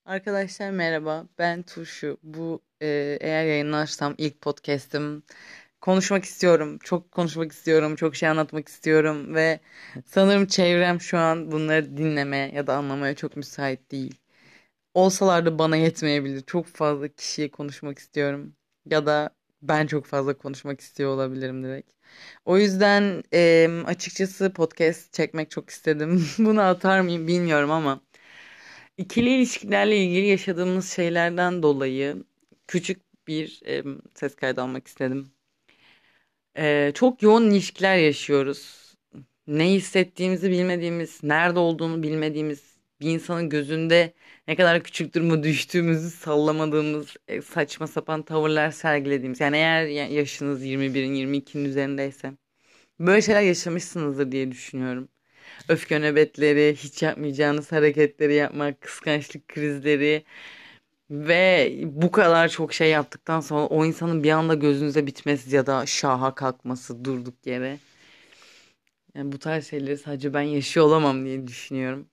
Arkadaşlar merhaba, ben Turşu. Eğer yayınlarsam ilk podcast'im. Konuşmak istiyorum, çok konuşmak istiyorum, çok şey anlatmak istiyorum ve sanırım çevrem şu an bunları dinlemeye ya da anlamaya çok müsait değil. Olsalar da bana yetmeyebilir. Çok fazla kişiye konuşmak istiyorum ya da ben çok fazla konuşmak istiyor olabilirim direkt. O yüzden açıkçası podcast çekmek çok istedim. Bunu atar mıyım bilmiyorum ama. İkili ilişkilerle ilgili yaşadığımız şeylerden dolayı küçük bir ses kaydı almak istedim. Çok yoğun ilişkiler yaşıyoruz. Ne hissettiğimizi bilmediğimiz, nerede olduğunu bilmediğimiz, bir insanın gözünde ne kadar küçük duruma düştüğümüzü sallamadığımız, saçma sapan tavırlar sergilediğimiz. Yani eğer yaşınız 21'in 22'nin üzerindeyse böyle şeyler yaşamışsınızdır diye düşünüyorum. Öfke nöbetleri, hiç yapmayacağınız hareketleri yapmak, kıskançlık krizleri ve bu kadar çok şey yaptıktan sonra o insanın bir anda gözünüze bitmesi ya da şaha kalkması durduk yere. Yani bu tarz şeyleri sadece ben yaşıyor olamam diye düşünüyorum.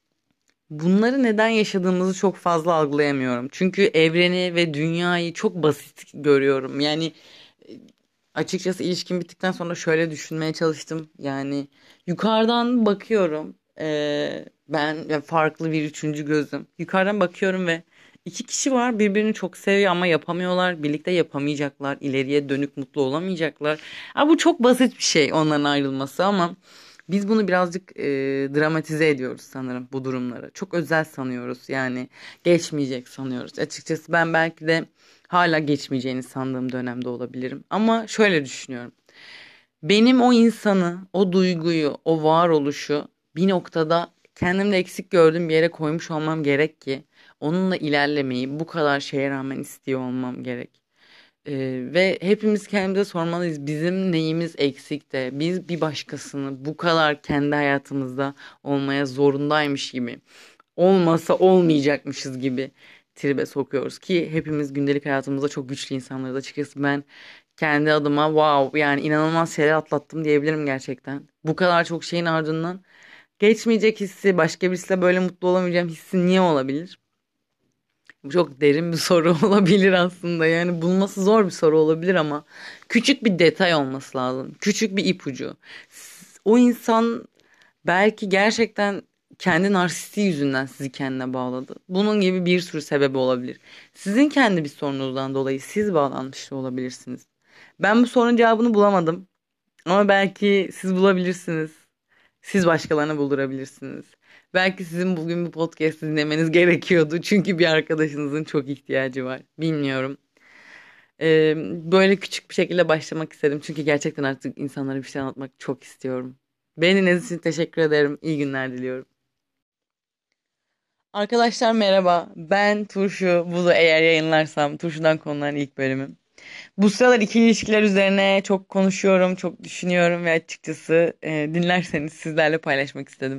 Bunları neden yaşadığımızı çok fazla algılayamıyorum. Çünkü evreni ve dünyayı çok basit görüyorum. Yani e, açıkçası ilişkim bittikten sonra şöyle düşünmeye çalıştım. Yani yukarıdan bakıyorum. Ben ve farklı bir üçüncü gözüm. Yukarıdan bakıyorum ve iki kişi var birbirini çok seviyor ama yapamıyorlar. Birlikte yapamayacaklar. İleriye dönük mutlu olamayacaklar. Ha, bu çok basit bir şey onların ayrılması ama biz bunu birazcık dramatize ediyoruz sanırım bu durumları. Çok özel sanıyoruz yani geçmeyecek sanıyoruz. Açıkçası ben belki de hala geçmeyeceğini sandığım dönemde olabilirim. Ama şöyle düşünüyorum. Benim o insanı, o duyguyu, o varoluşu bir noktada kendimde eksik gördüğüm bir yere koymuş olmam gerek ki onunla ilerlemeyi bu kadar şeye rağmen istiyor olmam gerek. Ve hepimiz kendimize sormalıyız. Bizim neyimiz eksik de biz bir başkasını bu kadar kendi hayatımızda olmaya zorundaymış gibi, olmasa olmayacakmışız gibi tribe sokuyoruz ki hepimiz gündelik hayatımızda çok güçlü insanlarız. Açıkçası ben kendi adıma wow yani inanılmaz şeyler atlattım diyebilirim gerçekten. Bu kadar çok şeyin ardından geçmeyecek hissi, başka birisiyle böyle mutlu olamayacağım hissi niye olabilir? Bu çok derin bir soru olabilir aslında. Yani bulması zor bir soru olabilir ama küçük bir detay olması lazım. Küçük bir ipucu. O insan belki gerçekten kendi narsistliği yüzünden sizi kendine bağladı. Bunun gibi bir sürü sebebi olabilir. Sizin kendi bir sorununuzdan dolayı siz bağlanmış da olabilirsiniz. Ben bu sorunun cevabını bulamadım. Ama belki siz bulabilirsiniz. Siz başkalarına buldurabilirsiniz. Belki sizin bugün bu podcast'i dinlemeniz gerekiyordu. Çünkü bir arkadaşınızın çok ihtiyacı var. Bilmiyorum. Böyle küçük bir şekilde başlamak istedim. Çünkü gerçekten artık insanlara bir şey anlatmak çok istiyorum. Beni dinlediğiniz için teşekkür ederim. İyi günler diliyorum. Arkadaşlar merhaba. Ben Turşu. Bu da eğer yayınlarsam Turşu'dan konuların ilk bölümü. Bu sıralar ikili ilişkiler üzerine çok konuşuyorum, çok düşünüyorum ve açıkçası dinlerseniz sizlerle paylaşmak istedim.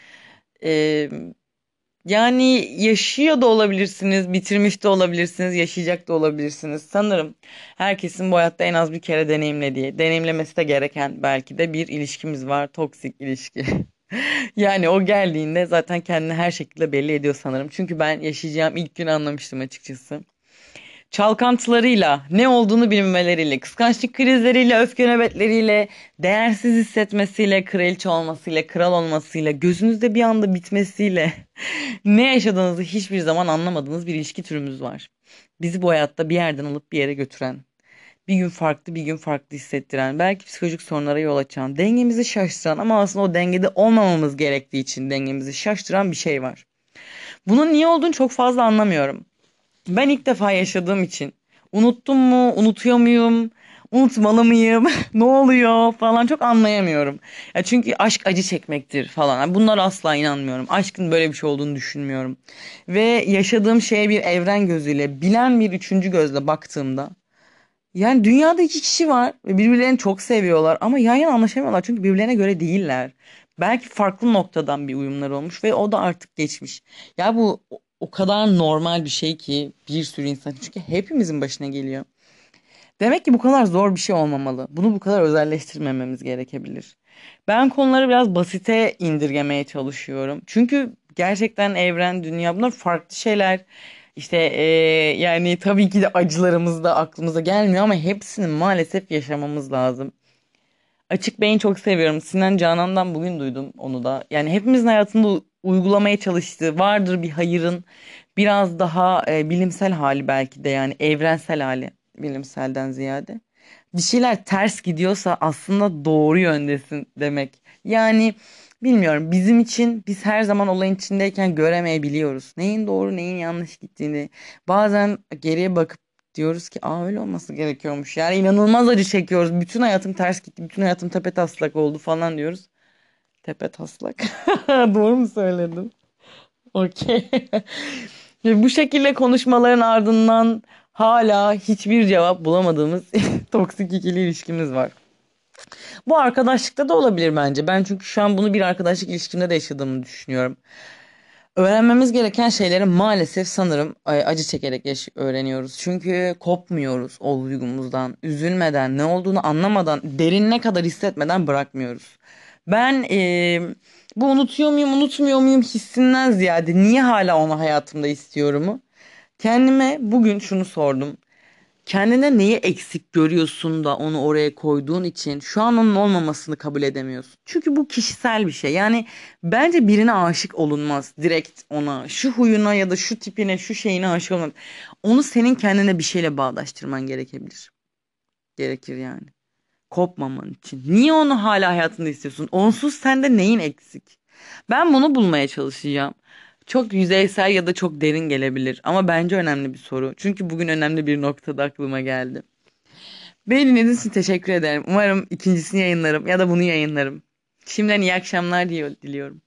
E, Yani yaşıyor da olabilirsiniz, bitirmiş de olabilirsiniz, yaşayacak da olabilirsiniz. Sanırım herkesin bu hayatta en az bir kere deneyimlediği, deneyimlemesi de gereken belki de bir ilişkimiz var, toksik ilişki. Yani o geldiğinde zaten kendini her şekilde belli ediyor sanırım. Çünkü ben yaşayacağım ilk gün anlamıştım açıkçası. Çalkantılarıyla, ne olduğunu bilmemeleriyle, kıskançlık krizleriyle, öfke nöbetleriyle, değersiz hissetmesiyle, kraliçe olmasıyla, kral olmasıyla, gözünüzde bir anda bitmesiyle ne yaşadığınızı hiçbir zaman anlamadığınız bir ilişki türümüz var. Bizi bu hayatta bir yerden alıp bir yere götüren, bir gün farklı bir gün farklı hissettiren, belki psikolojik sorunlara yol açan, dengemizi şaştıran ama aslında o dengede olmamamız gerektiği için dengemizi şaştıran bir şey var. Bunun niye olduğunu çok fazla anlamıyorum. Ben ilk defa yaşadığım için unuttum mu, unutuyor muyum, unutmalı mıyım, ne oluyor falan çok anlayamıyorum. Ya çünkü aşk acı çekmektir falan. Yani bunlara asla inanmıyorum. Aşkın böyle bir şey olduğunu düşünmüyorum. Ve yaşadığım şeye bir evren gözüyle, bilen bir üçüncü gözle baktığımda yani dünyada iki kişi var ve birbirlerini çok seviyorlar ama yan yana anlaşamıyorlar çünkü birbirlerine göre değiller. Belki farklı noktadan bir uyumlar olmuş ve o da artık geçmiş. Ya bu o kadar normal bir şey ki bir sürü insan çünkü hepimizin başına geliyor. Demek ki bu kadar zor bir şey olmamalı. Bunu bu kadar özelleştirmememiz gerekebilir. Ben konuları biraz basite indirgemeye çalışıyorum. Çünkü Gerçekten evren, dünya bunlar farklı şeyler. İşte yani tabii ki de acılarımız da aklımıza gelmiyor ama hepsini maalesef yaşamamız lazım. Açık beyin çok seviyorum. Sinan Canan'dan bugün duydum onu da. Yani hepimizin hayatında uygulamaya çalıştığı vardır bir hayırın biraz daha bilimsel hali belki de yani evrensel hali bilimselden ziyade. Bir şeyler ters gidiyorsa aslında doğru yöndesin demek. Yani bilmiyorum bizim için biz her zaman olayın içindeyken göremeyebiliyoruz. Neyin doğru neyin yanlış gittiğini. Bazen geriye bakıp diyoruz ki aa öyle olması gerekiyormuş. Yani inanılmaz acı çekiyoruz. Bütün hayatım ters gitti. Bütün hayatım tepetaslak oldu falan diyoruz. Tepetaslak. Doğru mu söyledim? Okey. Ve bu şekilde konuşmaların ardından hala hiçbir cevap bulamadığımız toksik ikili ilişkimiz var. Bu arkadaşlıkta da olabilir bence. Ben çünkü şu an bunu bir arkadaşlık ilişkimde de yaşadığımı düşünüyorum. Öğrenmemiz gereken şeyleri maalesef sanırım acı çekerek öğreniyoruz. Çünkü kopmuyoruz o duygumuzdan, üzülmeden, ne olduğunu anlamadan, derinine kadar hissetmeden bırakmıyoruz. Ben bu unutuyor muyum, unutmuyor muyum hissinden ziyade niye hala onu hayatımda istiyorumu kendime bugün şunu sordum. Kendine neyi eksik görüyorsun da onu oraya koyduğun için şu an onun olmamasını kabul edemiyorsun. Çünkü bu kişisel bir şey. Yani bence birine aşık olunmaz. Direkt ona şu huyuna ya da şu tipine şu şeyine aşık olunmaz. Onu senin kendine bir şeyle bağdaştırman gerekebilir. Gerekir yani. Kopmaman için. Niye onu hala hayatında istiyorsun? Onsuz sende neyin eksik? Ben bunu bulmaya çalışacağım. Çok yüzeysel ya da çok derin gelebilir ama bence önemli bir soru. Çünkü bugün önemli bir noktada aklıma geldi. Beni dinlediğiniz için teşekkür ederim. Umarım ikincisini yayınlarım ya da bunu yayınlarım. Şimdiden iyi akşamlar diliyorum.